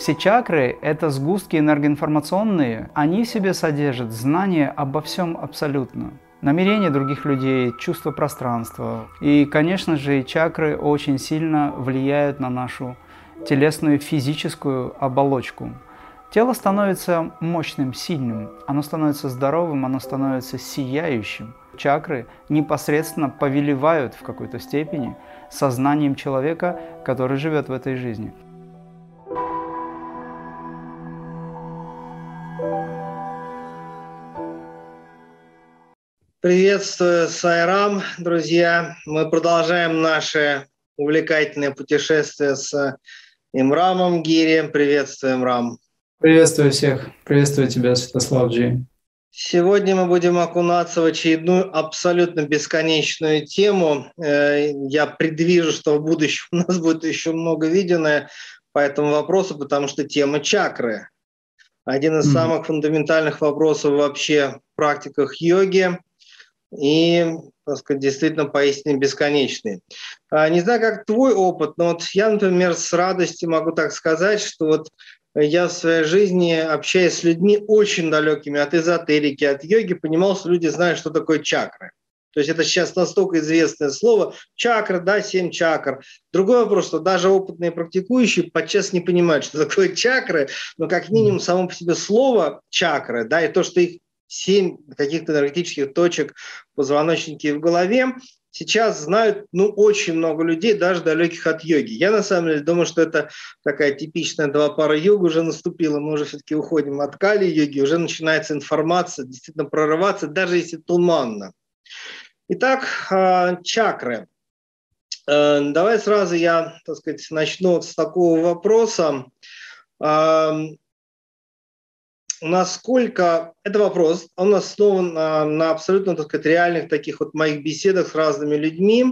Все чакры – это сгустки энергоинформационные, они в себе содержат знания обо всем абсолютно. Намерения других людей, чувство пространства. И, конечно же, чакры очень сильно влияют на нашу телесную физическую оболочку. Тело становится мощным, сильным, оно становится здоровым, оно становится сияющим. Чакры непосредственно повелевают в какой-то степени сознанием человека, который живет в этой жизни. Приветствую, Сайрам, друзья. Мы продолжаем наше увлекательное путешествие с Имрамом Гири. Приветствую, Имрам. Приветствую всех. Приветствую тебя, Святослав Джи. Сегодня мы будем окунаться в очередную абсолютно бесконечную тему. Я предвижу, что в будущем у нас будет еще много видео по этому вопросу, потому что тема чакры. Один из самых фундаментальных вопросов вообще в практиках йоги. И, так сказать, действительно поистине бесконечный. Не знаю, как твой опыт, но вот я, например, с радостью могу так сказать, что вот я в своей жизни, общаясь с людьми очень далекими от эзотерики, от йоги, понимал, что люди знают, что такое чакры. То есть это сейчас настолько известное слово. Чакра, да, 7 чакр. Другой вопрос, что даже опытные практикующие подчас не понимают, что такое чакры, но как минимум само по себе слово чакры, да, и то, что их 7 каких-то энергетических точек в позвоночнике и в голове, сейчас знают очень много людей, даже далеких от йоги. Я на самом деле думаю, что это такая типичная 2 пара йога уже наступила, мы уже все-таки уходим от кали-йоги, уже начинается информация действительно прорываться, даже если туманно. Итак, чакры. Давай сразу я, так сказать, начну с такого вопроса. Насколько это вопрос, он основан на абсолютно, так сказать, реальных таких вот моих беседах с разными людьми.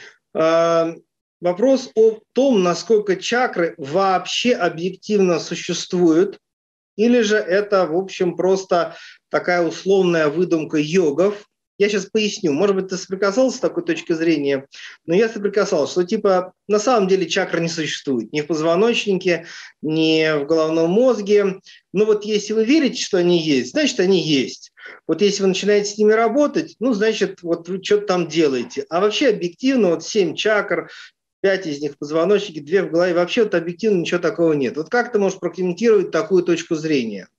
Вопрос о том, насколько чакры вообще объективно существуют, или же это, в общем, просто такая условная выдумка йогов. Я сейчас поясню, может быть, ты соприкасался с такой точки зрения, но я соприкасался, что типа на самом деле чакры не существует ни в позвоночнике, ни в головном мозге. Но вот если вы верите, что они есть, значит, они есть. Вот если вы начинаете с ними работать, значит, вот вы что-то там делаете. А вообще объективно вот 7 чакр, 5 из них в позвоночнике, 2 в голове, вообще вот объективно ничего такого нет. Вот как ты можешь прокомментировать такую точку зрения?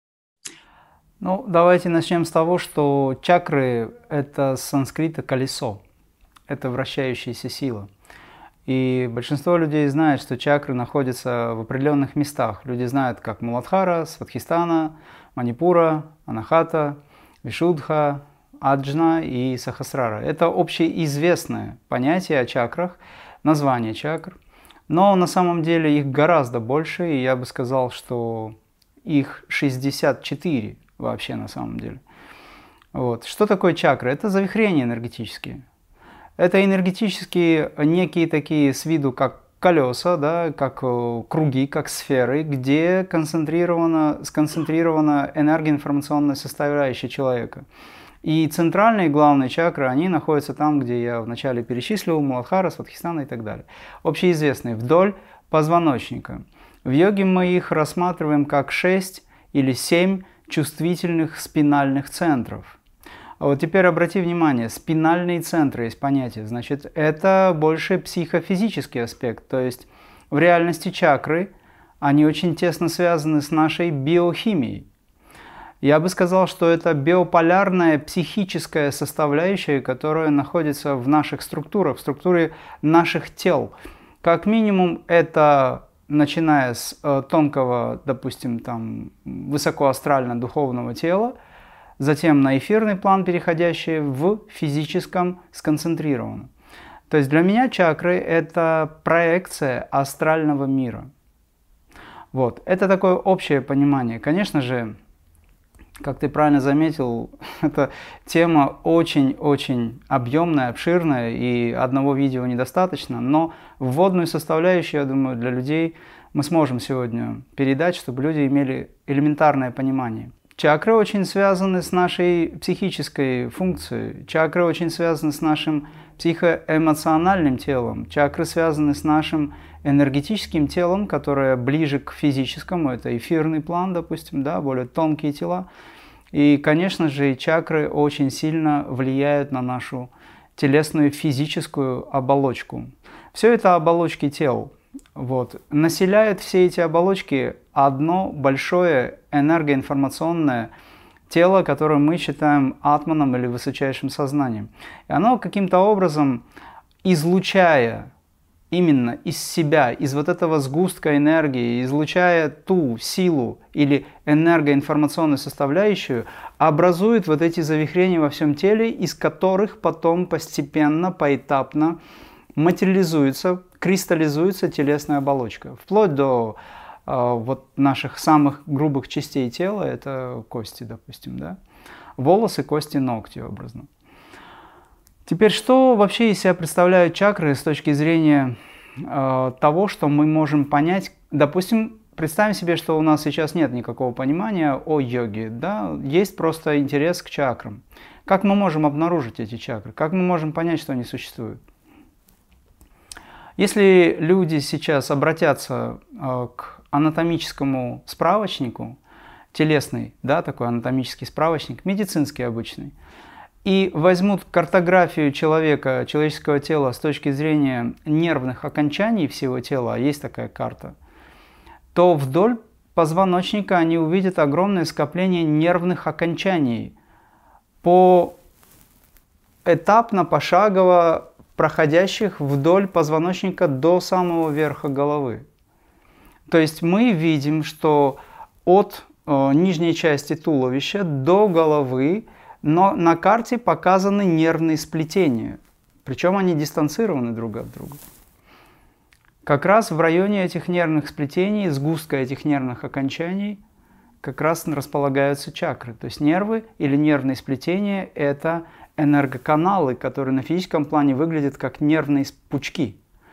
Давайте начнем с того, что чакры – это с санскрита колесо, это вращающаяся сила. И большинство людей знает, что чакры находятся в определенных местах. Люди знают, как Муладхара, Свадхистана, Манипура, Анахата, Вишудха, Аджна и Сахасрара. Это общеизвестное понятие о чакрах, название чакр. Но на самом деле их гораздо больше, и я бы сказал, что их 64 вообще на самом деле. Вот. Что такое чакры? Это завихрения энергетические. Это энергетические некие такие с виду как колеса, да, как круги, как сферы, где сконцентрирована энергоинформационная составляющая человека. И центральные главные чакры, они находятся там, где я вначале перечислил, Муладхара, Свадхистана и так далее. Общеизвестные, вдоль позвоночника. В йоге мы их рассматриваем как 6 или 7 чувствительных спинальных центров. А вот теперь обрати внимание, спинальные центры есть понятие, значит, это больше психофизический аспект, то есть в реальности чакры, они очень тесно связаны с нашей биохимией. Я бы сказал, что это биополярная психическая составляющая, которая находится в наших структурах, в структуре наших тел. Как минимум, это начиная с тонкого, допустим, там, высокоастрально-духовного тела, затем на эфирный план, переходящий в физическом сконцентрированном. То есть для меня чакры – это проекция астрального мира. Вот. Это такое общее понимание. Конечно же, как ты правильно заметил, эта тема очень-очень объемная, обширная, и одного видео недостаточно, но вводную составляющую, я думаю, для людей мы сможем сегодня передать, чтобы люди имели элементарное понимание. Чакры очень связаны с нашей психической функцией, чакры очень связаны с нашим психоэмоциональным телом, чакры связаны с нашим энергетическим телом, которое ближе к физическому, это эфирный план, допустим, да, более тонкие тела. И, конечно же, чакры очень сильно влияют на нашу телесную физическую оболочку. Все это оболочки тел. Вот. Населяют все эти оболочки одно большое энергоинформационное тело, которое мы считаем атманом или высочайшим сознанием. И оно каким-то образом, излучая именно из себя, из вот этого сгустка энергии, излучая ту силу или энергоинформационную составляющую, образует вот эти завихрения во всем теле, из которых потом постепенно, поэтапно материализуется, кристаллизуется телесная оболочка. Вплоть до вот наших самых грубых частей тела, это кости, допустим, да? Волосы, кости, ногти образно. Теперь, что вообще из себя представляют чакры с точки зрения того, что мы можем понять? Допустим, представим себе, что у нас сейчас нет никакого понимания о йоге, да? Есть просто интерес к чакрам. Как мы можем обнаружить эти чакры? Как мы можем понять, что они существуют? Если люди сейчас обратятся к анатомическому справочнику, телесный, да, такой анатомический справочник, медицинский обычный, и возьмут картографию человека, человеческого тела с точки зрения нервных окончаний всего тела, а есть такая карта, то вдоль позвоночника они увидят огромное скопление нервных окончаний, поэтапно, пошагово проходящих вдоль позвоночника до самого верха головы. То есть мы видим, что от нижней части туловища до головы, но на карте показаны нервные сплетения, причем они дистанцированы друг от друга. Как раз в районе этих нервных сплетений, сгустка этих нервных окончаний, как раз располагаются чакры. То есть нервы или нервные сплетения – это энергоканалы, которые на физическом плане выглядят как нервные пучки.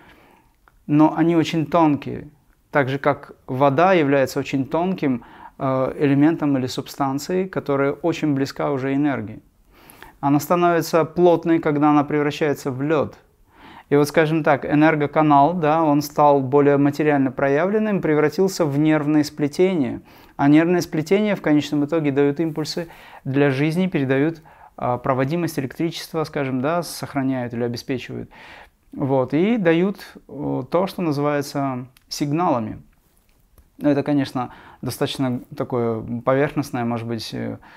Но они очень тонкие. Так же, как вода является очень тонким элементом или субстанцией, которая очень близка уже энергии. Она становится плотной, когда она превращается в лед. И вот, скажем так, энергоканал, да, он стал более материально проявленным, превратился в нервные сплетения. А нервные сплетения в конечном итоге дают импульсы для жизни, передают проводимость электричества, скажем, да, сохраняют или обеспечивают. Вот, и дают то, что называется сигналами. Это, конечно, достаточно такое поверхностное, может быть,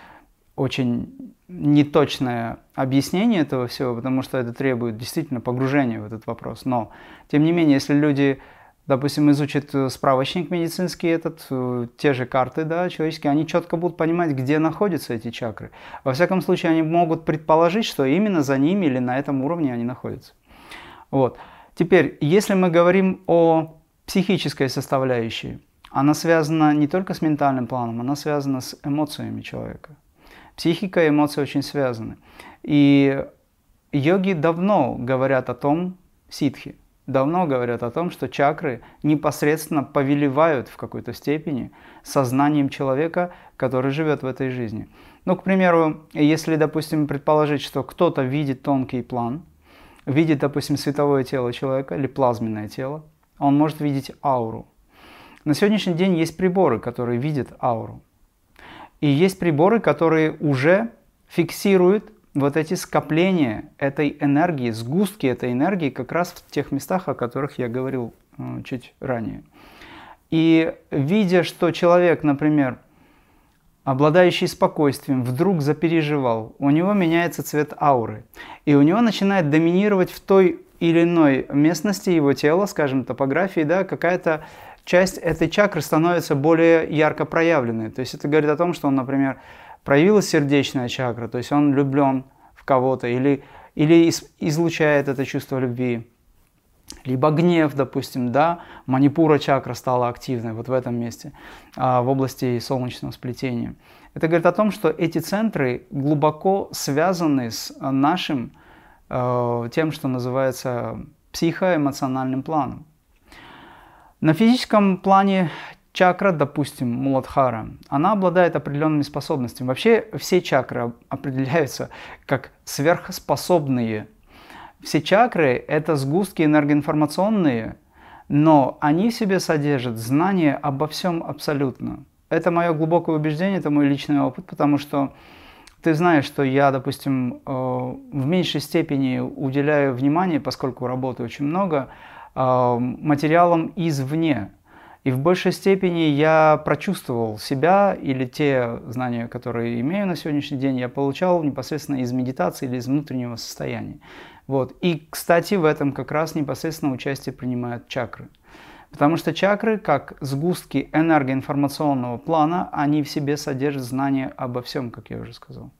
очень неточное объяснение этого всего, потому что это требует действительно погружения в этот вопрос. Но, тем не менее, если люди, допустим, изучат справочник медицинский, те же карты, да, человеческие, они четко будут понимать, где находятся эти чакры. Во всяком случае, они могут предположить, что именно за ними или на этом уровне они находятся. Вот. Теперь, если мы говорим о психической составляющей, она связана не только с ментальным планом, она связана с эмоциями человека. Психика и эмоции очень связаны. И йоги давно говорят о том, ситхи, давно говорят о том, что чакры непосредственно повелевают в какой-то степени сознанием человека, который живет в этой жизни. Ну, к примеру, если, допустим, предположить, что кто-то видит тонкий план, видит, допустим, световое тело человека или плазменное тело, он может видеть ауру. На сегодняшний день есть приборы, которые видят ауру. И есть приборы, которые уже фиксируют вот эти скопления этой энергии, сгустки этой энергии как раз в тех местах, о которых я говорил чуть ранее. И видя, что человек, например, обладающий спокойствием, вдруг запереживал, у него меняется цвет ауры, и у него начинает доминировать в той или иной местности его тела, скажем, топографии, да, какая-то часть этой чакры становится более ярко проявленной. То есть это говорит о том, что он, например, проявилась сердечная чакра, то есть он влюблен в кого-то или излучает это чувство любви. Либо гнев, допустим, да, манипура чакра стала активной вот в этом месте, в области солнечного сплетения. Это говорит о том, что эти центры глубоко связаны с нашим, тем, что называется психоэмоциональным планом. На физическом плане чакра, допустим, Муладхара, она обладает определенными способностями. Вообще все чакры определяются как сверхспособные. Все чакры – это сгустки энергоинформационные, но они в себе содержат знания обо всем абсолютно. Это мое глубокое убеждение, это мой личный опыт, потому что ты знаешь, что я, допустим, в меньшей степени уделяю внимание, поскольку работаю очень много, материалам извне. И в большей степени я прочувствовал себя или те знания, которые имею на сегодняшний день, я получал непосредственно из медитации или из внутреннего состояния. Вот. И, кстати, в этом как раз непосредственно участие принимают чакры. Потому что чакры, как сгустки энергоинформационного плана, они в себе содержат знания обо всем, как я уже сказал.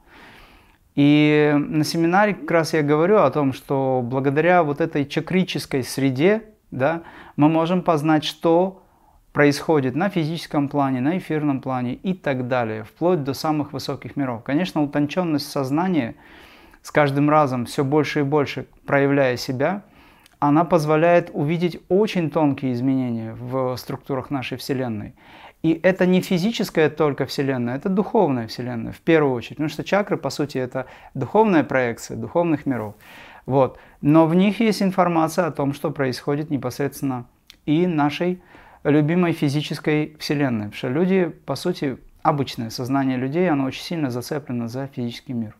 И на семинаре как раз я говорю о том, что благодаря вот этой чакрической среде, да, мы можем познать, что происходит на физическом плане, на эфирном плане и так далее, вплоть до самых высоких миров. Конечно, утонченность сознания с каждым разом все больше и больше проявляя себя, она позволяет увидеть очень тонкие изменения в структурах нашей Вселенной. И это не физическая только Вселенная, это духовная Вселенная в первую очередь. Потому что чакры, по сути, это духовная проекция духовных миров. Вот. Но в них есть информация о том, что происходит непосредственно и нашей любимой физической Вселенной. Потому что люди, по сути, обычное сознание людей, оно очень сильно зацеплено за физический мир.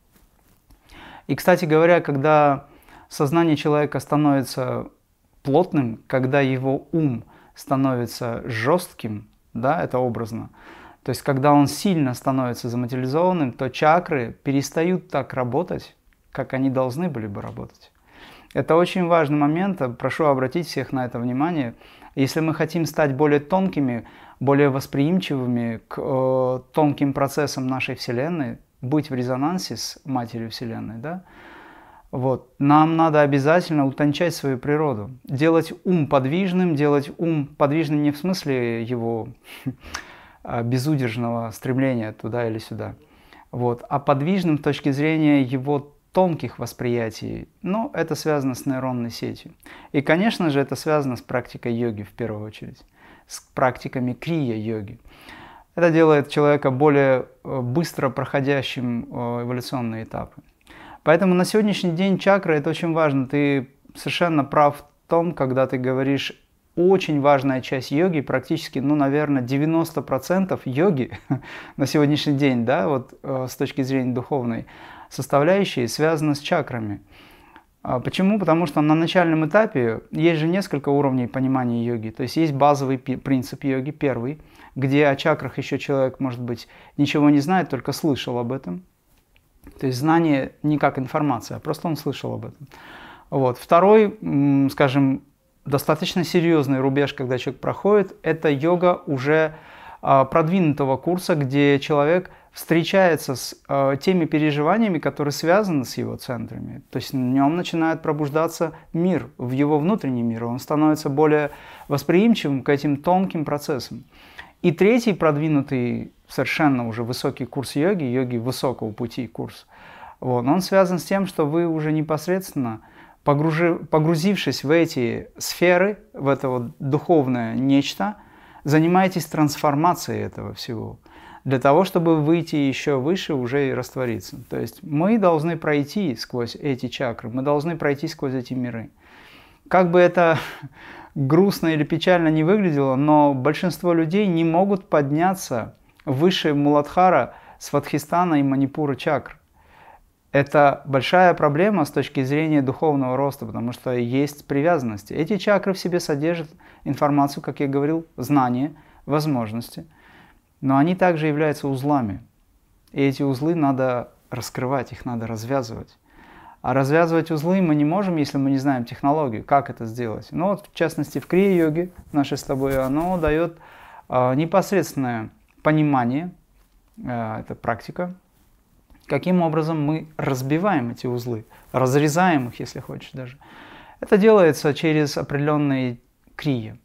И, кстати говоря, когда сознание человека становится плотным, когда его ум становится жестким, да, это образно, то есть когда он сильно становится заматериализованным, то чакры перестают так работать, как они должны были бы работать. Это очень важный момент, прошу обратить всех на это внимание. Если мы хотим стать более тонкими, более восприимчивыми к тонким процессам нашей Вселенной, быть в резонансе с Матерью Вселенной, да, вот, нам надо обязательно утончать свою природу, делать ум подвижным не в смысле его безудержного стремления туда или сюда, вот, а подвижным с точки зрения его тонких восприятий. Но это связано с нейронной сетью. И, конечно же, это связано с практикой йоги в первую очередь, с практиками крия-йоги. Это делает человека более быстро проходящим эволюционные этапы. Поэтому на сегодняшний день чакры – это очень важно. Ты совершенно прав в том, когда ты говоришь, очень важная часть йоги, практически, ну, наверное, 90% йоги на сегодняшний день, да, вот с точки зрения духовной составляющей, связана с чакрами. Почему? Потому что на начальном этапе есть же несколько уровней понимания йоги. То есть есть базовый принцип йоги, первый, где о чакрах еще человек, может быть, ничего не знает, только слышал об этом. То есть знание не как информация, а просто он слышал об этом. Вот. Второй, скажем, достаточно серьезный рубеж, когда человек проходит, это йога уже продвинутого курса, где человек встречается с теми переживаниями, которые связаны с его центрами. То есть в нем начинает пробуждаться мир, в его внутренний мир. Он становится более восприимчивым к этим тонким процессам. И третий продвинутый, совершенно уже высокий курс йоги, йоги высокого пути курс, вот, он связан с тем, что вы уже непосредственно, погрузившись в эти сферы, в это вот духовное нечто, занимаетесь трансформацией этого всего, для того, чтобы выйти еще выше уже и раствориться. То есть мы должны пройти сквозь эти чакры, мы должны пройти сквозь эти миры. Как бы это грустно или печально не выглядело, но большинство людей не могут подняться выше Муладхара, Сватхистана и Манипура чакр. Это большая проблема с точки зрения духовного роста, потому что есть привязанности. Эти чакры в себе содержат информацию, как я говорил, знания, возможности, но они также являются узлами. И эти узлы надо раскрывать, их надо развязывать. А развязывать узлы мы не можем, если мы не знаем технологию, как это сделать. Но вот, в частности, в крия-йоге нашей с тобой, оно дает непосредственное понимание, это практика, каким образом мы разбиваем эти узлы, разрезаем их, если хочешь даже. Это делается через определенные крия.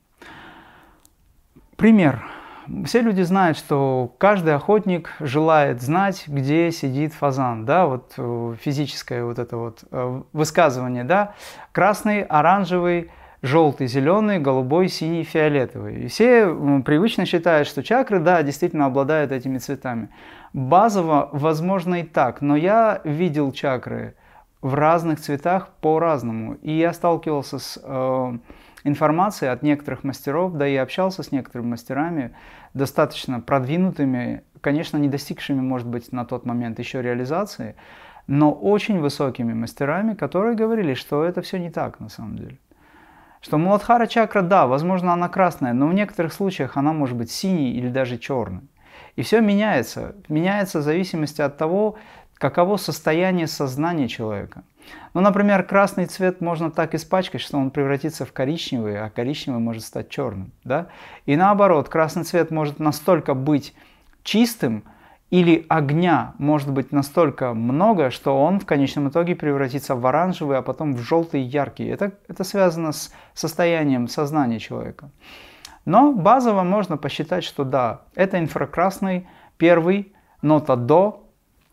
Пример. Все люди знают, что каждый охотник желает знать, где сидит фазан. Да? Вот физическое вот это вот высказывание. Да? Красный, оранжевый, желтый, зеленый, голубой, синий, фиолетовый. И все привычно считают, что чакры, да, действительно обладают этими цветами. Базово, возможно, и так, но я видел чакры в разных цветах по-разному. И я сталкивался с информацией от некоторых мастеров, да и общался с некоторыми мастерами, достаточно продвинутыми, конечно, не достигшими, может быть, на тот момент еще реализации, но очень высокими мастерами, которые говорили, что это все не так на самом деле. Что Муладхара чакра, да, возможно, она красная, но в некоторых случаях она может быть синей или даже черной. И все меняется. Меняется в зависимости от того, каково состояние сознания человека. Ну, например, красный цвет можно так испачкать, что он превратится в коричневый, а коричневый может стать черным. Да? И наоборот, красный цвет может настолько быть чистым, или огня может быть настолько много, что он в конечном итоге превратится в оранжевый, а потом в желтый яркий. Это связано с состоянием сознания человека. Но базово можно посчитать, что да, это инфракрасный, первый, нота до.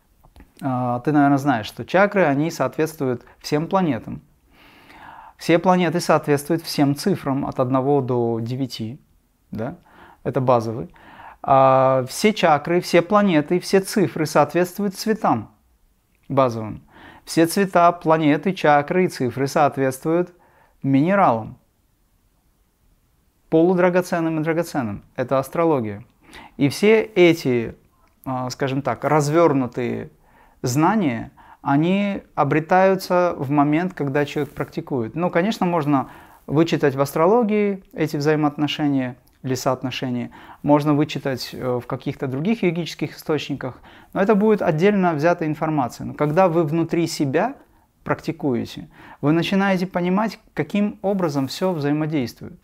Ты, наверное, знаешь, что чакры, они соответствуют всем планетам. Все планеты соответствуют всем цифрам от 1 до 9. Да? Это базовый. Все чакры, все планеты, все цифры соответствуют цветам базовым. Все цвета, планеты, чакры и цифры соответствуют минералам. Полудрагоценным и драгоценным. Это астрология. И все эти, скажем так, развернутые знания, они обретаются в момент, когда человек практикует. Ну, конечно, можно вычитать в астрологии эти взаимоотношения или соотношения, можно вычитать в каких-то других йогических источниках, но это будет отдельно взятая информация. Но когда вы внутри себя практикуете, вы начинаете понимать, каким образом все взаимодействует.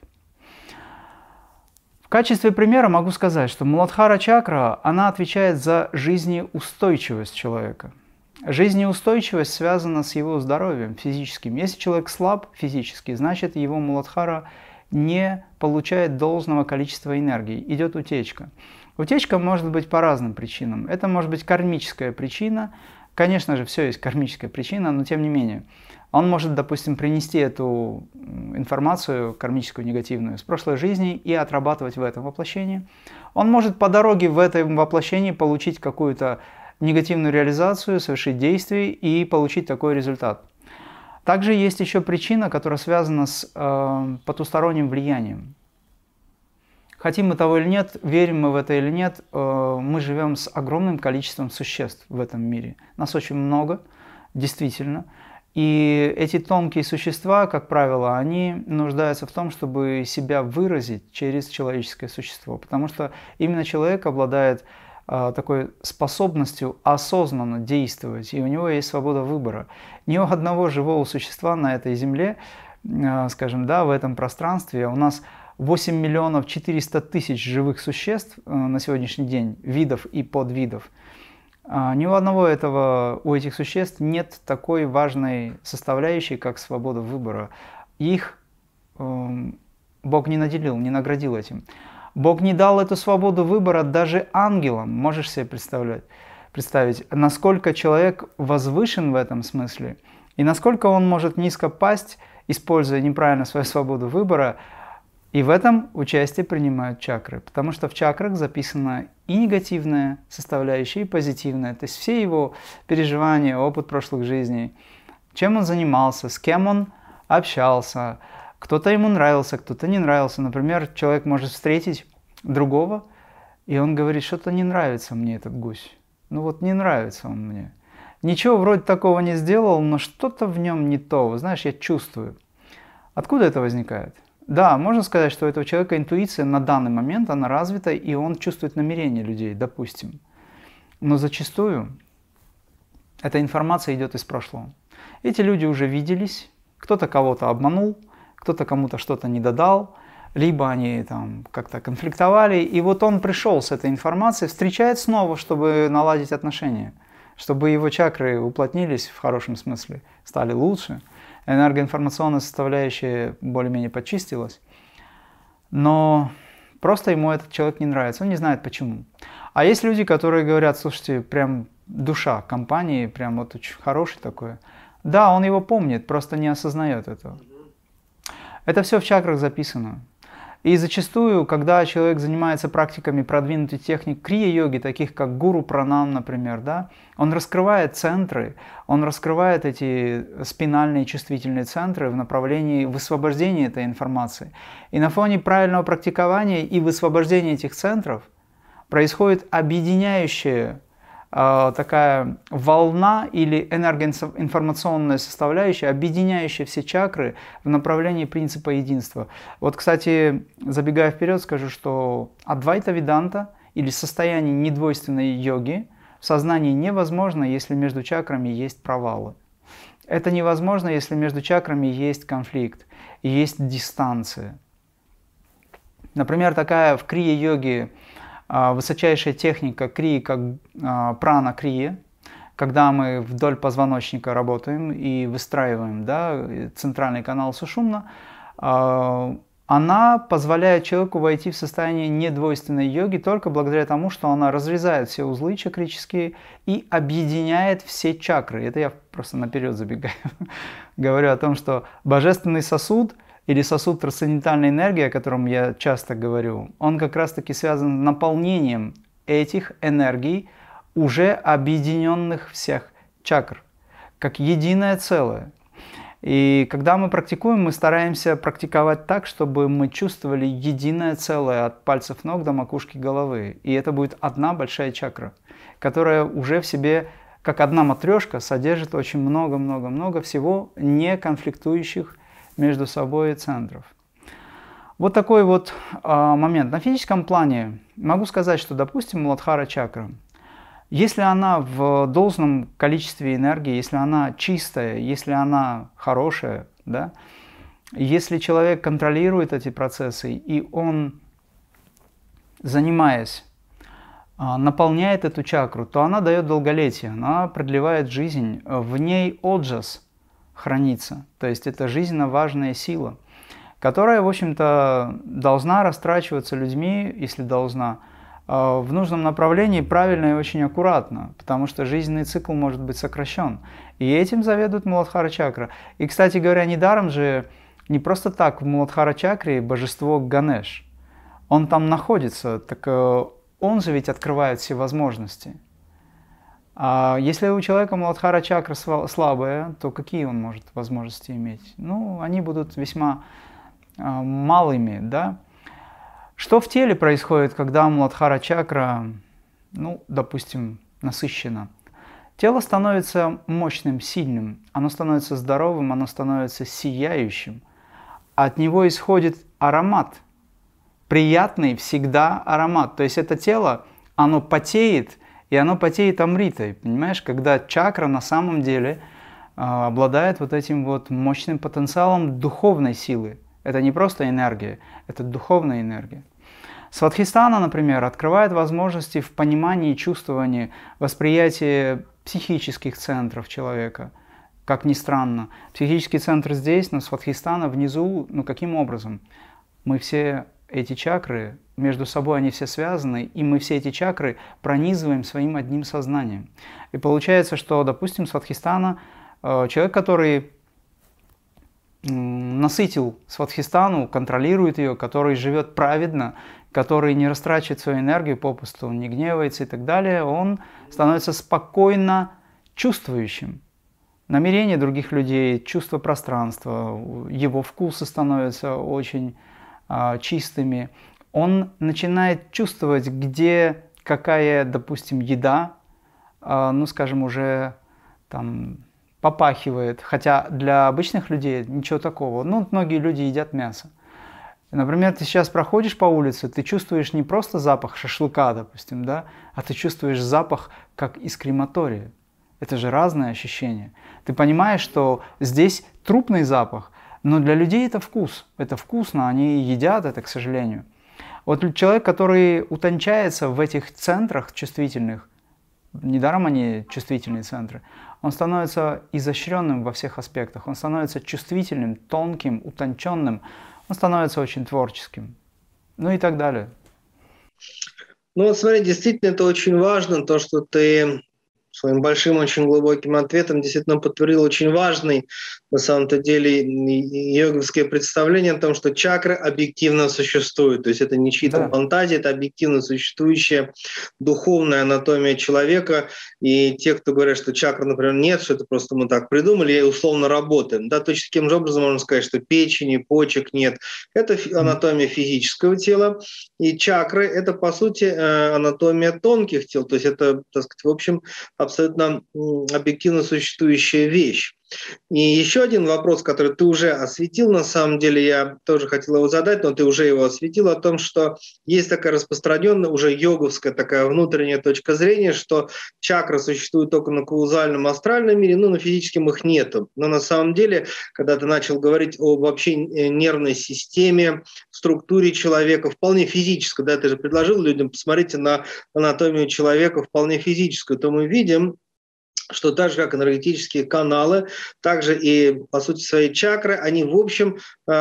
В качестве примера могу сказать, что Муладхара чакра, она отвечает за жизнеустойчивость человека. Жизнеустойчивость связана с его здоровьем физическим. Если человек слаб физически, значит его Муладхара не получает должного количества энергии, идет утечка. Утечка может быть по разным причинам. Это может быть кармическая причина. Конечно же, все есть кармическая причина, но тем не менее. Он может, допустим, принести эту информацию кармическую, негативную, с прошлой жизни и отрабатывать в этом воплощении. Он может по дороге в этом воплощении получить какую-то негативную реализацию, совершить действие и получить такой результат. Также есть еще причина, которая связана с потусторонним влиянием. Хотим мы того или нет, верим мы в это или нет, мы живем с огромным количеством существ в этом мире. Нас очень много, действительно. И эти тонкие существа, как правило, они нуждаются в том, чтобы себя выразить через человеческое существо. Потому что именно человек обладает такой способностью осознанно действовать, и у него есть свобода выбора. Ни у одного живого существа на этой земле, скажем, да, в этом пространстве, у нас 8 миллионов 400 тысяч живых существ на сегодняшний день, видов и подвидов. Ни у одного у этих существ нет такой важной составляющей, как свобода выбора. Их Бог не наделил, не наградил этим. Бог не дал эту свободу выбора даже ангелам. Можешь себе представить, насколько человек возвышен в этом смысле, и насколько он может низко пасть, используя неправильно свою свободу выбора. И в этом участие принимают чакры, потому что в чакрах записана и негативная составляющая, и позитивная. То есть все его переживания, опыт прошлых жизней, чем он занимался, с кем он общался. Кто-то ему нравился, кто-то не нравился. Например, человек может встретить другого, и он говорит, что-то не нравится мне этот гусь. Ну вот не нравится он мне. Ничего вроде такого не сделал, но что-то в нем не то. Вы знаешь, я чувствую. Откуда это возникает? Да, можно сказать, что у этого человека интуиция на данный момент, она развита, и он чувствует намерения людей, допустим. Но зачастую эта информация идет из прошлого. Эти люди уже виделись, кто-то кого-то обманул, кто-то кому-то что-то не додал, либо они там как-то конфликтовали, и вот он пришел с этой информацией, встречает снова, чтобы наладить отношения, чтобы его чакры уплотнились в хорошем смысле, стали лучше, энергоинформационная составляющая более-менее почистилась, но просто ему этот человек не нравится, он не знает почему. А есть люди, которые говорят, слушайте, прям душа компании, прям вот очень хороший такой. Да, он его помнит, просто не осознает этого. Это все в чакрах записано. И зачастую, когда человек занимается практиками продвинутых техник крия-йоги, таких как гуру пранам, например, да, он раскрывает центры, он раскрывает эти спинальные чувствительные центры в направлении высвобождения этой информации. И на фоне правильного практикования и высвобождения этих центров происходит объединяющая такая волна или энергоинформационная составляющая, объединяющая все чакры в направлении принципа единства. Вот, кстати, забегая вперед, скажу, что адвайта веданта или состояние недвойственной йоги в сознании невозможно, если между чакрами есть провалы. Это невозможно, если между чакрами есть конфликт, есть дистанция. Например, такая в крия-йоге высочайшая техника крии, как прана крия, когда мы вдоль позвоночника работаем и выстраиваем, да, центральный канал сушумна, она позволяет человеку войти в состояние недвойственной йоги только благодаря тому, что она разрезает все узлы чакрические и объединяет все чакры. Это я просто наперед забегаю. Говорю о том, что божественный сосуд или сосуд трансцендентальной энергии, о котором я часто говорю, он как раз-таки связан с наполнением этих энергий, уже объединенных всех чакр, как единое целое. И когда мы практикуем, мы стараемся практиковать так, чтобы мы чувствовали единое целое от пальцев ног до макушки головы. И это будет одна большая чакра, которая уже в себе, как одна матрешка, содержит очень много-много-много всего не конфликтующих между собой центров. Вот такой вот момент. На физическом плане могу сказать, что, допустим, Муладхара чакра, если она в должном количестве энергии, если она чистая, если она хорошая, да, если человек контролирует эти процессы, и он, занимаясь, наполняет эту чакру, то она дает долголетие, она продлевает жизнь, в ней оджас хранится, то есть это жизненно важная сила, которая, в общем-то, должна растрачиваться людьми, если должна, в нужном направлении правильно и очень аккуратно, потому что жизненный цикл может быть сокращен. И этим заведует Муладхара чакра. И, кстати говоря, недаром же, не просто так в Муладхара чакре божество Ганеш. Он там находится, так он же ведь открывает все возможности. А если у человека Муладхара чакра слабая, то какие он может возможности иметь? Ну, они будут весьма малыми, да? Что в теле происходит, когда Муладхара чакра, ну, допустим, насыщена? Тело становится мощным, сильным, оно становится здоровым, оно становится сияющим. От него исходит аромат, приятный всегда аромат. То есть это тело, оно потеет, и оно потеет амритой, понимаешь? Когда чакра на самом деле обладает вот этим вот мощным потенциалом духовной силы. Это не просто энергия, это духовная энергия. Свадхистана, например, открывает возможности в понимании и чувствовании, восприятии психических центров человека. Как ни странно, психический центр здесь, но Свадхистана внизу, ну каким образом? Мы все эти чакры, между собой они все связаны, и мы все эти чакры пронизываем своим одним сознанием. И получается, что, допустим, Свадхистана, человек, который насытил Свадхистану, контролирует ее, который живет праведно, который не растрачивает свою энергию попусту, не гневается и так далее, он становится спокойно чувствующим. Намерения других людей, чувство пространства, его вкусы становятся очень чистыми. Он начинает чувствовать, где какая, допустим, еда, ну, скажем, уже там попахивает. Хотя для обычных людей ничего такого. Ну, многие люди едят мясо. Например, ты сейчас проходишь по улице, ты чувствуешь не просто запах шашлыка, допустим, да, а ты чувствуешь запах, как из крематория. Это же разное ощущение. Ты понимаешь, что здесь трупный запах, но для людей это вкус. Это вкусно, они едят это, к сожалению. Вот человек, который утончается в этих центрах чувствительных, недаром они чувствительные центры, он становится изощренным во всех аспектах, он становится чувствительным, тонким, утонченным, он становится очень творческим, ну и так далее. Ну вот смотри, действительно это очень важно, то, что ты своим большим, очень глубоким ответом действительно подтвердил очень важный, на самом-то деле, йоговское представление о том, что чакры объективно существуют. То есть это не чьи-то Да. фантазии, это объективно существующая духовная анатомия человека. И те, кто говорят, что чакр, например, нет, что это просто мы так придумали и условно работаем. Да, точно таким же образом можно сказать, что печени, почек нет. Это анатомия физического тела. И чакры – это, по сути, анатомия тонких тел. То есть это, так сказать, в общем, абсолютно объективно существующая вещь. И еще один вопрос, который ты уже осветил, на самом деле, я тоже хотел его задать, но ты уже его осветил, о том, что есть такая распространенная, уже йоговская такая внутренняя точка зрения, что чакры существуют только на каузальном астральном мире, ну, на физическом их нету. Но на самом деле, когда ты начал говорить о вообще нервной системе, структуре человека, вполне физической, да, ты же предложил людям, посмотрите на анатомию человека вполне физическую, то мы видим, что так же, как энергетические каналы, также и, по сути, свои чакры, они, в общем,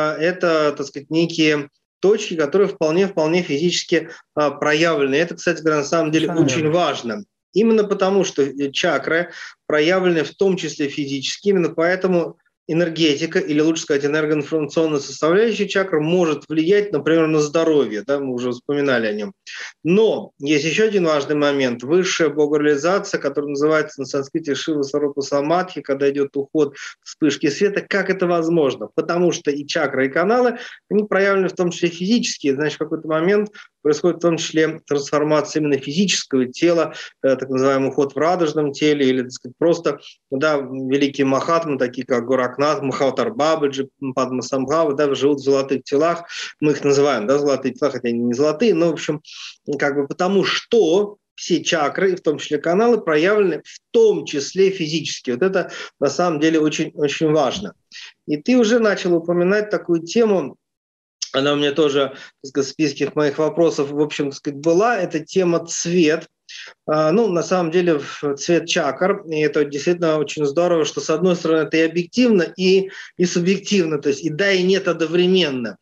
это, так сказать, некие точки, которые вполне физически проявлены. Это, кстати говоря, на самом деле очень важно. Именно потому, что чакры проявлены в том числе физически, именно поэтому энергетика, или лучше сказать, энергоинформационная составляющая чакры может влиять, например, на здоровье, да, мы уже вспоминали о нем. Но есть еще один важный момент. Высшая богореализация, которая называется на санскрите Шива Сарупа Самадхи, когда идет уход вспышки света. Как это возможно? Потому что и чакры, и каналы, они проявлены в том числе физически. Значит, в какой-то момент происходит в том числе трансформация именно физического тела, так называемый уход в радужном теле, или, так сказать, просто, да, великие махатмы, такие как Горакнат, Махаватар Бабаджи, Падма Самбхава, да, живут в золотых телах, мы их называем, да, золотые тела, хотя они не золотые, но, в общем, как бы потому что все чакры, в том числе каналы, проявлены в том числе физически. Вот это на самом деле очень важно. И ты уже начал упоминать такую тему, она у меня тоже, так сказать, в списке моих вопросов, в общем, так сказать, была, это тема цвет. Ну, на самом деле, цвет чакр, и это действительно очень здорово, что, с одной стороны, это и объективно, и субъективно, то есть и да, и нет одновременно.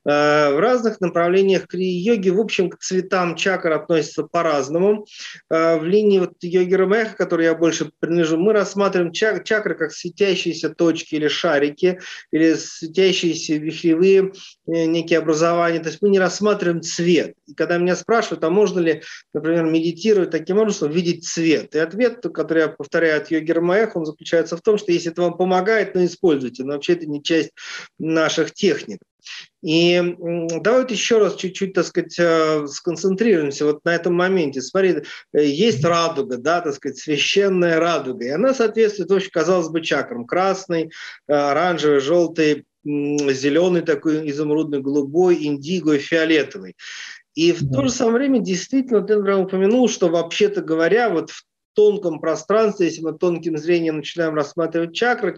В разных направлениях крия-йоги, в общем, к цветам чакр относятся по-разному. В линии вот йоги Рамеха, которой я больше принадлежу, мы рассматриваем чакры как светящиеся точки или шарики, или светящиеся вихревые некие образования, то есть мы не рассматриваем цвет. И когда меня спрашивают, а можно ли, например, медитировать таким образом, видеть цвет. И ответ, который я повторяю от йоги Рамеха, он заключается в том, что если это вам помогает, ну используйте, но вообще это не часть наших техник. И давайте еще раз чуть-чуть, так сказать, сконцентрируемся вот на этом моменте. Смотри, есть радуга, да, так сказать, священная радуга, и она соответствует, в общем, казалось бы, чакрам. Красный, оранжевый, желтый, зеленый такой, изумрудный, голубой, индиго и фиолетовый. И в то же самое время действительно, ты, например, упомянул, что вообще-то говоря, вот в тонком пространстве, если мы тонким зрением начинаем рассматривать чакры,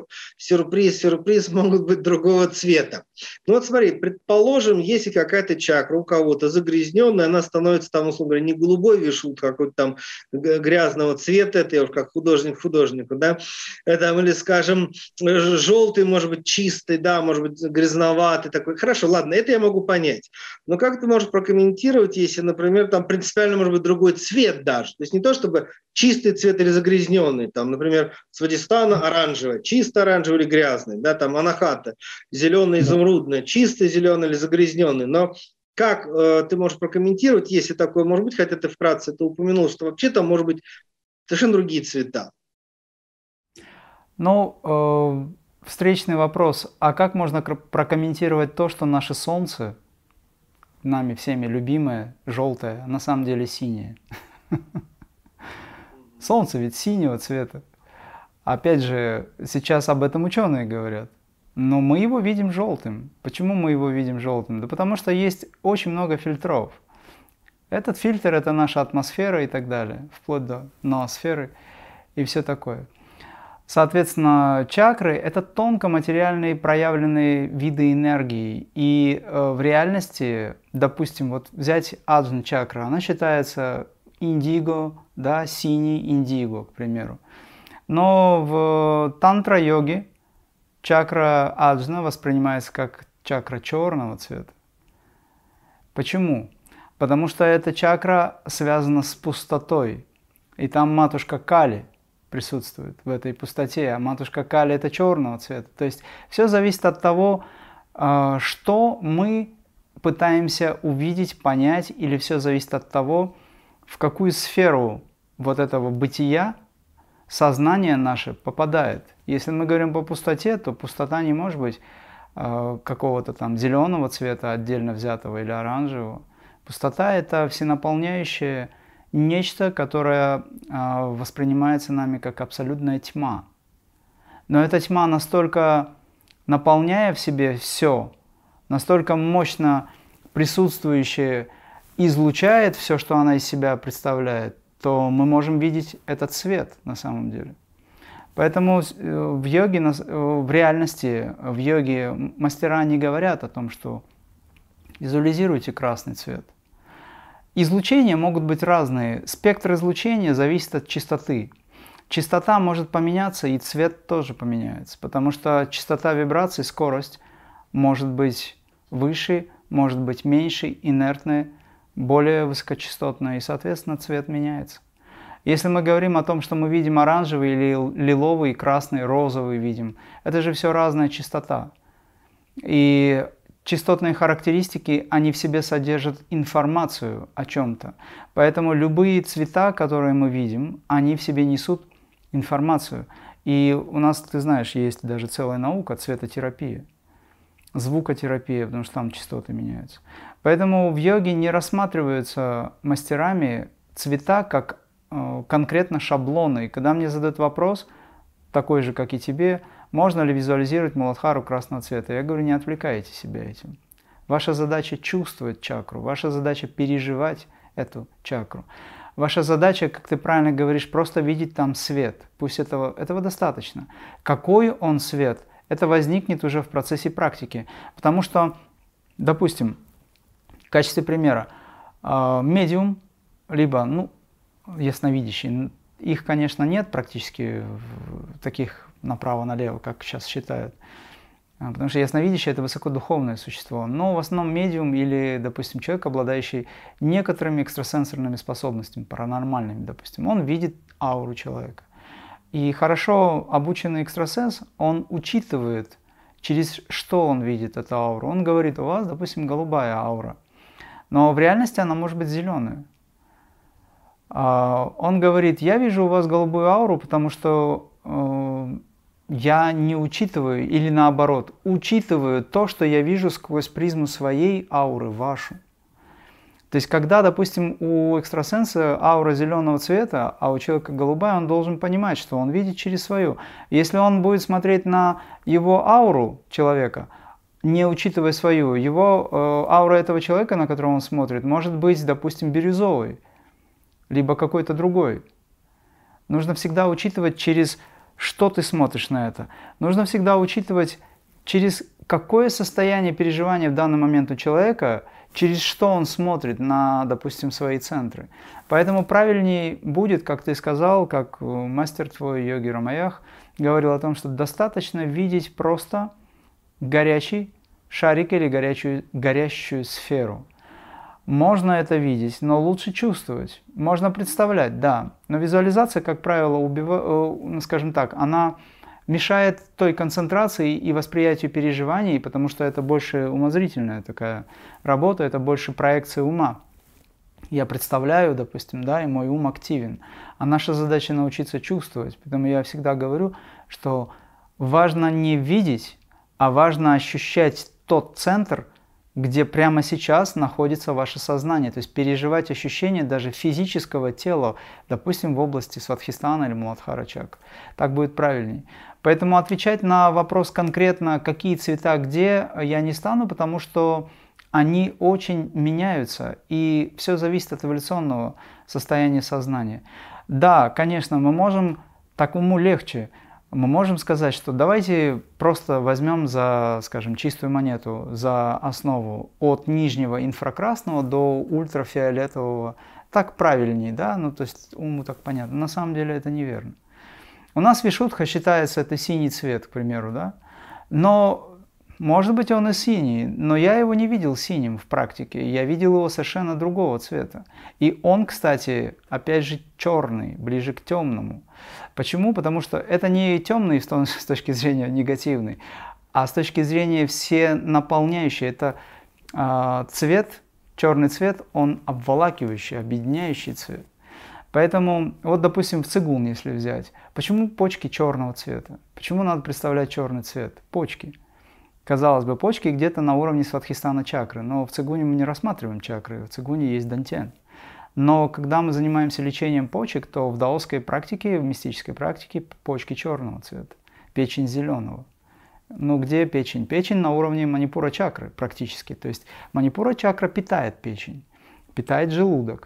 сюрприз, могут быть другого цвета. Ну вот смотри, предположим, если какая-то чакра у кого-то загрязненная, она становится там, условно говоря, не голубой вишут, какой-то там грязного цвета, это я уж как художник художнику, да, это, или, скажем, желтый, может быть, чистый, да, может быть, грязноватый такой. Хорошо, ладно, это я могу понять. Но как ты можешь прокомментировать, если, например, там принципиально может быть другой цвет даже? То есть не то, чтобы чистый цвет или загрязненный, там, например, Свадистана оранжевый, чисто оранжевый или грязный, да, там анахата, зеленый, изумрудный, чистый зеленый или загрязненный, но как ты можешь прокомментировать, если такое может быть, хотя ты вкратце это упомянул, что вообще там может быть совершенно другие цвета? Ну, встречный вопрос, а как можно прокомментировать то, что наше Солнце, нами всеми любимое, желтое, на самом деле синее? Солнце ведь синего цвета. Опять же, сейчас об этом ученые говорят. Но мы его видим желтым. Почему мы его видим желтым? Да потому что есть очень много фильтров. Этот фильтр – это наша атмосфера и так далее, вплоть до ноосферы и все такое. Соответственно, чакры – это тонкоматериальные проявленные виды энергии. И в реальности, допустим, вот взять аджна чакра, она считается индиго, да, синий индиго, к примеру. Но в тантра-йоге чакра аджна воспринимается как чакра черного цвета. Почему? Потому что эта чакра связана с пустотой. И там матушка Кали присутствует в этой пустоте, а матушка Кали это черного цвета. То есть все зависит от того, что мы пытаемся увидеть, понять, или все зависит от того, в какую сферу вот этого бытия сознание наше попадает. Если мы говорим по пустоте, то пустота не может быть какого-то там зеленого цвета, отдельно взятого, или оранжевого. Пустота – это всенаполняющее нечто, которое воспринимается нами как абсолютная тьма. Но эта тьма, настолько наполняя в себе все, настолько мощно присутствующая, излучает все, что она из себя представляет, то мы можем видеть этот свет на самом деле. Поэтому в йоге, в реальности, в йоге мастера не говорят о том, что визуализируйте красный цвет. Излучения могут быть разные. Спектр излучения зависит от частоты. Частота может поменяться, и цвет тоже поменяется, потому что частота вибраций, скорость может быть выше, может быть меньше, инертная, более высокочастотная, и, соответственно, цвет меняется. Если мы говорим о том, что мы видим оранжевый или лиловый, красный, розовый видим, это же все разная частота. И частотные характеристики, они в себе содержат информацию о чем-то. Поэтому любые цвета, которые мы видим, они в себе несут информацию. И у нас, ты знаешь, есть даже целая наука цветотерапия, звукотерапия, потому что там частоты меняются. Поэтому в йоге не рассматриваются мастерами цвета как конкретно шаблоны. И когда мне задают вопрос, такой же, как и тебе, можно ли визуализировать Муладхару красного цвета, я говорю, не отвлекайте себя этим. Ваша задача чувствовать чакру, ваша задача переживать эту чакру. Ваша задача, как ты правильно говоришь, просто видеть там свет. Пусть этого достаточно. Какой он свет, это возникнет уже в процессе практики. Потому что, допустим, в качестве примера, медиум, либо ясновидящий, их, конечно, нет практически таких направо-налево, как сейчас считают. Потому что ясновидящее – это высокодуховное существо. Но в основном медиум или, допустим, человек, обладающий некоторыми экстрасенсорными способностями, паранормальными, допустим, он видит ауру человека. И хорошо обученный экстрасенс, он учитывает, через что он видит эту ауру. Он говорит, у вас, допустим, голубая аура, но в реальности она может быть зеленая. Он говорит, я вижу у вас голубую ауру, потому что я не учитываю, или наоборот, учитываю то, что я вижу сквозь призму своей ауры, вашу. То есть, когда, допустим, у экстрасенса аура зеленого цвета, а у человека голубая, он должен понимать, что он видит через свою. Если он будет смотреть на его ауру человека, не учитывая свою, его аура этого человека, на которого он смотрит, может быть, допустим, бирюзовой, либо какой-то другой. Нужно всегда учитывать, через что ты смотришь на это. Нужно всегда учитывать, через какое состояние переживания в данный момент у человека, через что он смотрит на, допустим, свои центры. Поэтому правильнее будет, как ты сказал, как мастер твой йоги Рамаях говорил о том, что достаточно видеть просто горячий шарик или горящую сферу. Можно это видеть, но лучше чувствовать. Можно представлять, да. Но визуализация, как правило, скажем так, она мешает той концентрации и восприятию переживаний, потому что это больше умозрительная такая работа, это больше проекция ума. Я представляю, допустим, да, и мой ум активен. А наша задача научиться чувствовать. Поэтому я всегда говорю, что важно не видеть, а важно ощущать тот центр, где прямо сейчас находится ваше сознание, то есть переживать ощущения даже физического тела, допустим, в области Свадхистана или Муладхара чакры. Так будет правильней. Поэтому отвечать на вопрос конкретно, какие цвета где, я не стану, потому что они очень меняются, и все зависит от эволюционного состояния сознания. Да, конечно, мы можем, так уму легче, мы можем сказать, что давайте просто возьмем за, скажем, чистую монету, за основу от нижнего инфракрасного до ультрафиолетового. Так правильнее, да? То есть уму так понятно. На самом деле это неверно. У нас вишудха считается это синий цвет, к примеру, да? Но Может быть, он и синий, но я его не видел синим в практике. Я видел его совершенно другого цвета. И он, кстати, опять же черный, ближе к темному. Почему? Потому что это не темный с точки зрения негативный, а с точки зрения все наполняющий. Это цвет, черный цвет, он обволакивающий, объединяющий цвет. Поэтому, вот, допустим, в цигун, если взять, почему почки черного цвета? Почему надо представлять черный цвет? Почки. Казалось бы, почки где-то на уровне свадхистана чакры, но в цигуне мы не рассматриваем чакры, в цигуне есть дантен. Но когда мы занимаемся лечением почек, то в даосской практике, в мистической практике почки черного цвета, печень зеленого. Ну где печень? Печень на уровне манипура чакры практически. То есть манипура чакра питает печень, питает желудок.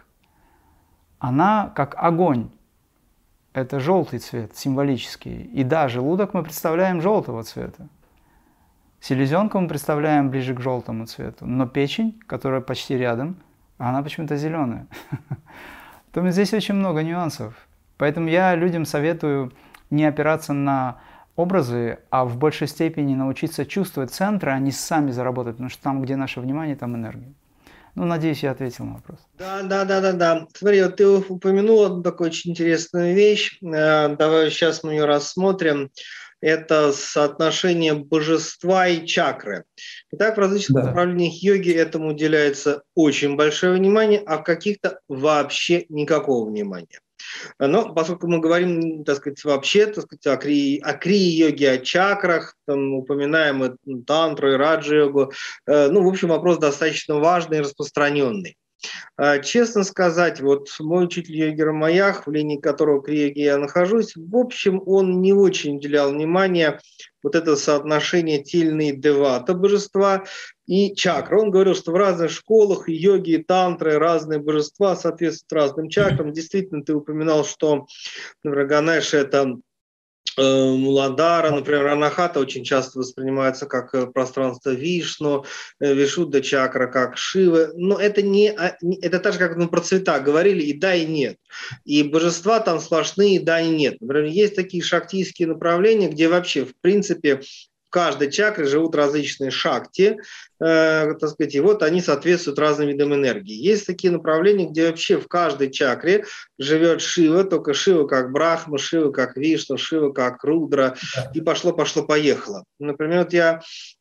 Она как огонь. Это желтый цвет, символический. И да, желудок мы представляем желтого цвета. Селезенку мы представляем ближе к желтому цвету. Но печень, которая почти рядом, она почему-то зеленая. Поэтому здесь очень много нюансов. Поэтому я людям советую не опираться на образы, а в большей степени научиться чувствовать центры, а не сами заработать. Потому что там, где наше внимание, там энергия. Ну, надеюсь, я ответил на вопрос. Да. Смотри, вот ты упомянул одну такую очень интересную вещь. Давай сейчас мы ее рассмотрим. Это соотношение божества и чакры. Итак, в различных направлениях йоги этому уделяется очень большое внимание, а в каких-то вообще никакого внимания. Но поскольку мы говорим, так сказать, вообще, так сказать, о крия-йоге, о чакрах, там, упоминаем и тантру, и раджа-йогу, ну, в общем, вопрос достаточно важный и распространенный. Честно сказать, вот мой учитель йоги Рамаях, в линии которого крия-йоги я нахожусь, в общем, он не очень уделял внимания вот это соотношение тильны девата божества и чакры. Он говорил, что в разных школах йоги и тантры разные божества соответствуют разным чакрам. Действительно, ты упоминал, что, например, Ганеш – это Муладара, например, Анахата очень часто воспринимается как пространство Вишну, Вишудда чакра как Шивы, но это это так же, как про цвета говорили, и да, и нет. И божества там сплошные, и да, и нет. Например, есть такие шактийские направления, где вообще, в принципе, в каждой чакре живут различные шакти, так сказать, и вот они соответствуют разным видам энергии. Есть такие направления, где вообще в каждой чакре живет Шива, только Шива как Брахма, Шива как Вишну, Шива как Рудра, и пошло-поехало. Например, вот я,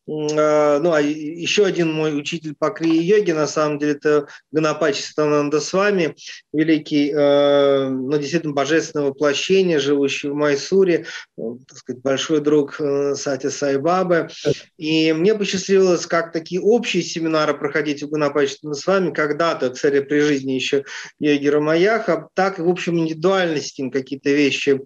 а еще один мой учитель по крия-йоге, на самом деле, это Ганапачи Сатананда Свами, великий, действительно божественное воплощение, живущий в Майсуре, так сказать, большой друг Сати Сай Бабы. И мне посчастливилось как такие общие семинары проходить у Ганапачи Сатананда Свами когда-то, кстати, при жизни еще йоги Рамаяха, так и, в общем, индивидуально с ним какие-то вещи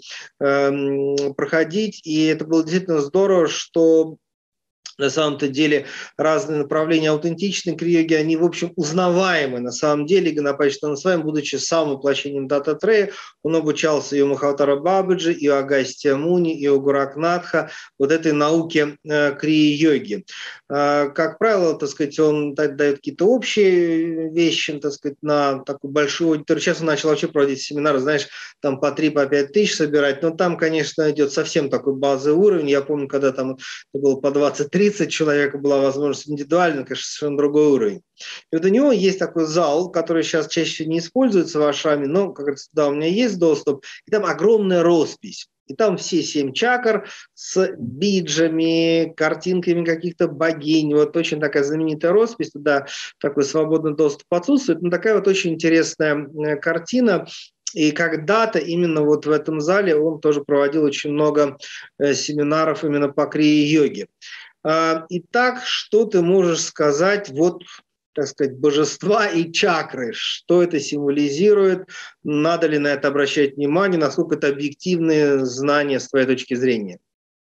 проходить. И это было действительно здорово, что на самом-то деле разные направления аутентичной крия-йоги, они, в общем, узнаваемы. На самом деле Ганапачи Сатананда Свами, будучи самым воплощением Даттатрея, он обучался и у Махаватара Бабаджи, и у Агастья Муни, и у Гуракнатха вот этой науке крия-йоги. Как правило, так сказать, он дает какие-то общие вещи, так сказать, на такую большую аудиторию. Сейчас он начал вообще проводить семинары, знаешь, там по 3-5 тысяч собирать, но там, конечно, идет совсем такой базовый уровень. Я помню, когда там это было по 20-30 человека была возможность индивидуально, конечно, совершенно другой уровень. И вот у него есть такой зал, который сейчас чаще не используется в ашраме, но, как говорится, да, у меня есть доступ, и там огромная роспись. И там все 7 чакр с биджами, картинками каких-то богинь. Вот очень такая знаменитая роспись, туда такой свободный доступ отсутствует. Но такая вот очень интересная картина. И когда-то именно вот в этом зале он тоже проводил очень много семинаров именно по крия-йоге. Итак, что ты можешь сказать, вот, так сказать, божества и чакры, что это символизирует, надо ли на это обращать внимание, насколько это объективные знания с твоей точки зрения?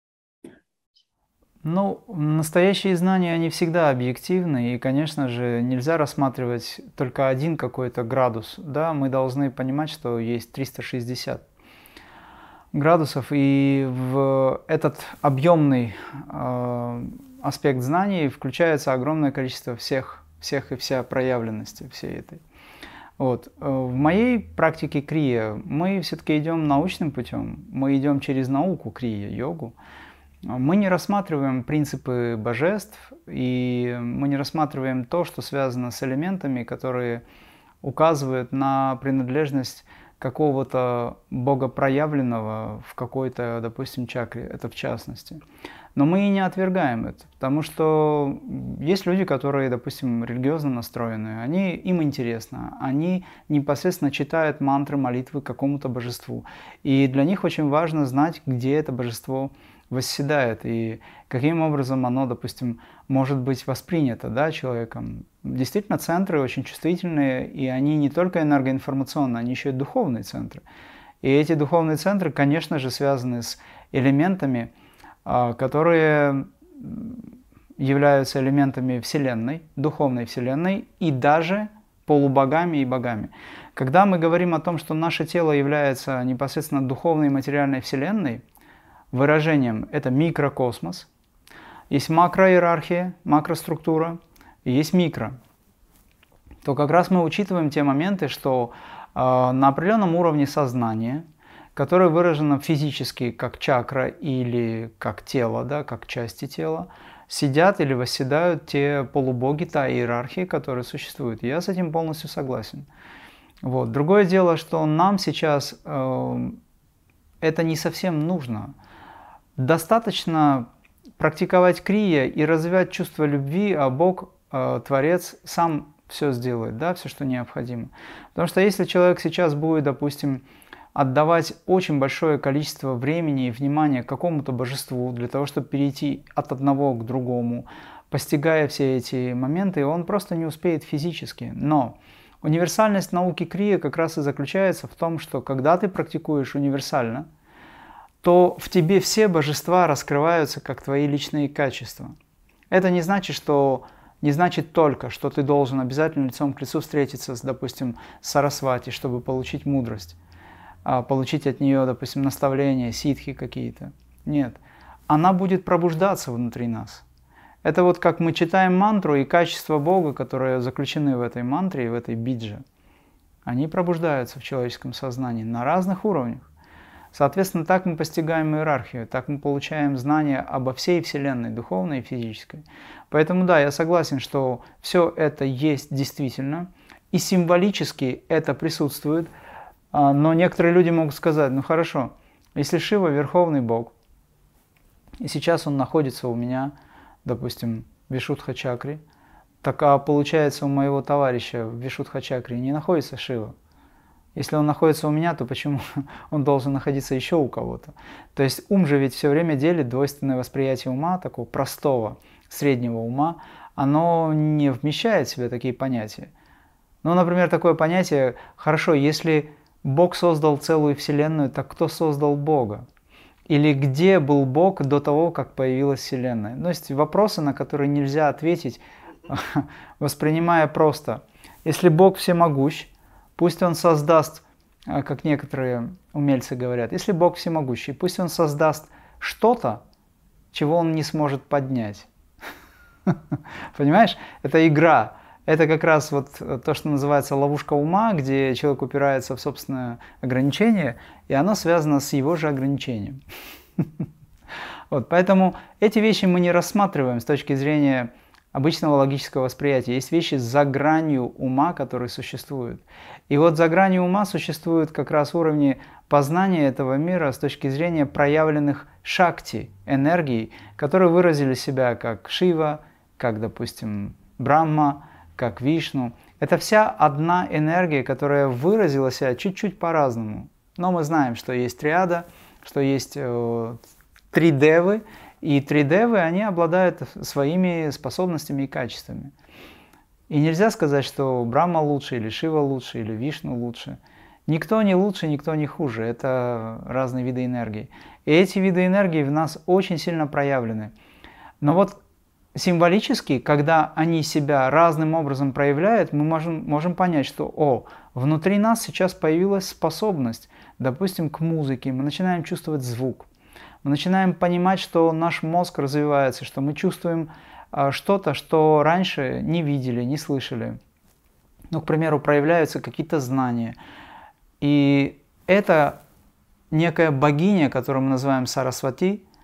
Ну, настоящие знания, они всегда объективны, и, конечно же, нельзя рассматривать только один какой-то градус. Да, мы должны понимать, что есть 360 градусов, и в этот объемный аспект знаний включается огромное количество всех и вся проявленности всей этой. Вот. В моей практике крия мы все-таки идем научным путем, мы идем через науку крия, йогу. Мы не рассматриваем принципы божеств, и мы не рассматриваем то, что связано с элементами, которые указывают на принадлежность какого-то бога проявленного в какой-то, допустим, чакре, это в частности. Но мы и не отвергаем это, потому что есть люди, которые, допустим, религиозно настроены, им интересно, они непосредственно читают мантры, молитвы какому-то божеству. И для них очень важно знать, где это божество восседает и каким образом оно, допустим, может быть воспринято, да, человеком. Действительно, центры очень чувствительные, и они не только энергоинформационные, они еще и духовные центры. И эти духовные центры, конечно же, связаны с элементами, которые являются элементами Вселенной, духовной Вселенной, и даже полубогами и богами. Когда мы говорим о том, что наше тело является непосредственно духовной и материальной Вселенной, выражением это микрокосмос, есть макроиерархия, макроструктура, и есть микро, то как раз мы учитываем те моменты, что на определенном уровне сознания, которое выражено физически как чакра или как тело, да, как части тела, сидят или восседают те полубоги, та иерархия, которая существует. И я с этим полностью согласен. Вот. Другое дело, что нам сейчас это не совсем нужно. Достаточно практиковать крия и развивать чувство любви, а Бог, Творец, сам все сделает, да, все, что необходимо. Потому что если человек сейчас будет, допустим, отдавать очень большое количество времени и внимания какому-то божеству для того, чтобы перейти от одного к другому, постигая все эти моменты, он просто не успеет физически. Но универсальность науки крия как раз и заключается в том, что когда ты практикуешь универсально, то в тебе все божества раскрываются как твои личные качества. Это не значит только, что ты должен обязательно лицом к лицу встретиться с, допустим, Сарасвати, чтобы получить мудрость, получить от нее, допустим, наставления, ситхи какие-то. Нет. Она будет пробуждаться внутри нас. Это вот как мы читаем мантру, и качества Бога, которые заключены в этой мантре, в этой бидже, они пробуждаются в человеческом сознании на разных уровнях. Соответственно, так мы постигаем иерархию, так мы получаем знания обо всей Вселенной, духовной и физической. Поэтому да, я согласен, что все это есть действительно, и символически это присутствует, но некоторые люди могут сказать, ну хорошо, если Шива – Верховный Бог, и сейчас он находится у меня, допустим, в Вишудха-чакре, так получается у моего товарища в Вишудха-чакре не находится Шива. Если он находится у меня, то почему он должен находиться еще у кого-то? То есть ум же ведь все время делит, двойственное восприятие ума, такого простого, среднего ума, оно не вмещает в себя такие понятия. Ну, например, такое понятие, хорошо, если Бог создал целую Вселенную, так кто создал Бога? Или где был Бог до того, как появилась Вселенная? То есть вопросы, на которые нельзя ответить, воспринимая просто. Если Бог всемогущ, пусть Он создаст, как некоторые умельцы говорят, если Бог всемогущий, пусть Он создаст что-то, чего Он не сможет поднять. Понимаешь? Это игра. Это как раз вот то, что называется ловушка ума, где человек упирается в собственное ограничение, и оно связано с его же ограничением. Вот, поэтому эти вещи мы не рассматриваем с точки зрения обычного логического восприятия. Есть вещи за гранью ума, которые существуют. И вот за гранью ума существуют как раз уровни познания этого мира с точки зрения проявленных шакти, энергий, которые выразили себя как Шива, как, допустим, Брахма, как Вишну. Это вся одна энергия, которая выразила себя чуть-чуть по-разному. Но мы знаем, что есть триада, что есть три девы, и три девы, они обладают своими способностями и качествами. И нельзя сказать, что Брахма лучше, или Шива лучше, или Вишну лучше. Никто не лучше, никто не хуже. Это разные виды энергии. И эти виды энергии в нас очень сильно проявлены. Но вот символически, когда они себя разным образом проявляют, мы можем понять, что внутри нас сейчас появилась способность, допустим, к музыке, мы начинаем чувствовать звук. Мы начинаем понимать, что наш мозг развивается, что мы чувствуем что-то, что раньше не видели, не слышали. Ну, к примеру, проявляются какие-то знания. И это некая богиня, которую мы называем Сарасвати,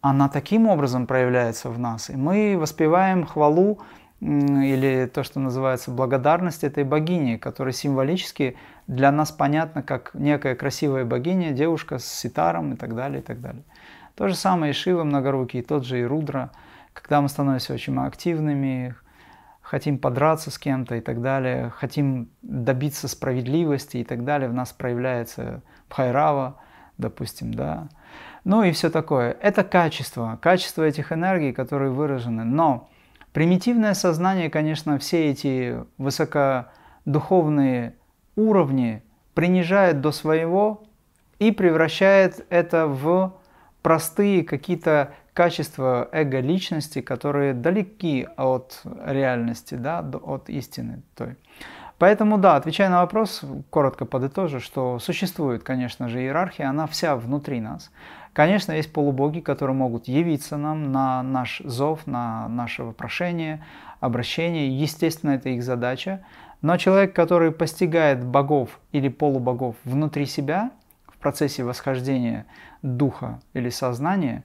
она таким образом проявляется в нас. И мы воспеваем хвалу или то, что называется благодарность этой богини, которая символически для нас понятна как некая красивая богиня, девушка с ситаром и так далее, и так далее. То же самое и Шива многорукий, тот же и Рудра, когда мы становимся очень активными, хотим подраться с кем-то и так далее, хотим добиться справедливости и так далее, в нас проявляется Бхайрава, допустим, да. Ну и все такое. Это качество этих энергий, которые выражены. Но примитивное сознание, конечно, все эти высокодуховные уровни принижает до своего и превращает это в простые какие-то качества эго-личности, которые далеки от реальности, да, от истины той. Поэтому, да, отвечая на вопрос, коротко подытожу, что существует, конечно же, иерархия, она вся внутри нас. Конечно, есть полубоги, которые могут явиться нам на наш зов, на наше вопрошение, обращение. Естественно, это их задача. Но человек, который постигает богов или полубогов внутри себя, в процессе восхождения духа или сознания,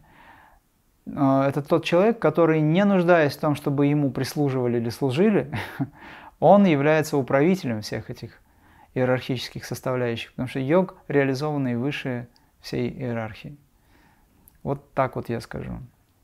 это тот человек, который, не нуждаясь в том, чтобы ему прислуживали или служили, он является управителем всех этих иерархических составляющих, потому что йог реализованный выше всей иерархии. Вот так вот я скажу.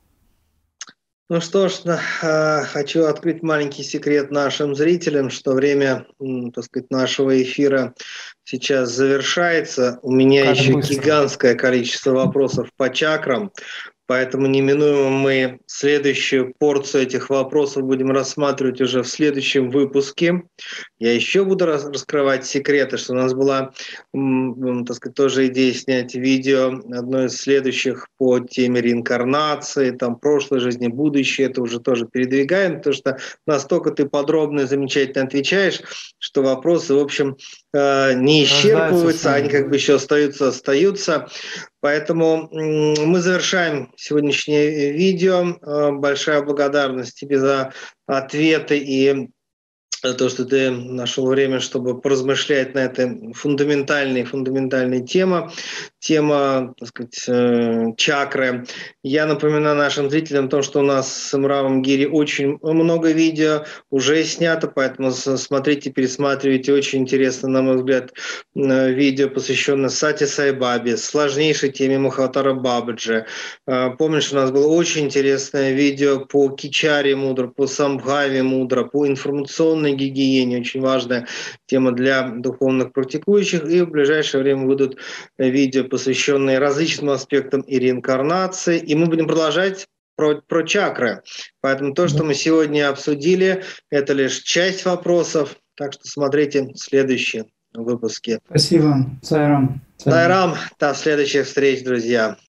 Ну что ж, хочу открыть маленький секрет нашим зрителям, что время, так сказать, нашего эфира сейчас завершается. У меня Как еще быстро. гигантское количество вопросов по чакрам. Поэтому неминуемо мы следующую порцию этих вопросов будем рассматривать уже в следующем выпуске. Я еще буду раскрывать секреты, что у нас была, так сказать, тоже идея снять видео, одно из следующих по теме реинкарнации, там прошлой жизни, будущее, это уже тоже передвигаем, потому что настолько ты подробно и замечательно отвечаешь, что вопросы, в общем, не исчерпываются, они как бы еще остаются. Поэтому мы завершаем сегодняшнее видео. Большая благодарность тебе за ответы и то, что ты нашел время, чтобы поразмышлять на этой фундаментальной теме. Тема, так сказать, чакры. Я напоминаю нашим зрителям о том, что у нас с Имравом Гири очень много видео уже снято, поэтому смотрите, пересматривайте. Очень интересно, на мой взгляд, видео, посвященное Сати Сай Бабе, сложнейшей теме Махаватара Бабаджи. Помнишь, у нас было очень интересное видео по Кичари Мудра, по Самбхави Мудра, по информационной гигиене, очень важная тема для духовных практикующих. И в ближайшее время выйдут видео, посвященные различным аспектам и реинкарнации. И мы будем продолжать про чакры. Поэтому то, что мы сегодня обсудили, это лишь часть вопросов. Так что смотрите следующие выпуски. Спасибо. Сайрам. Сайрам. До следующих встреч, друзья.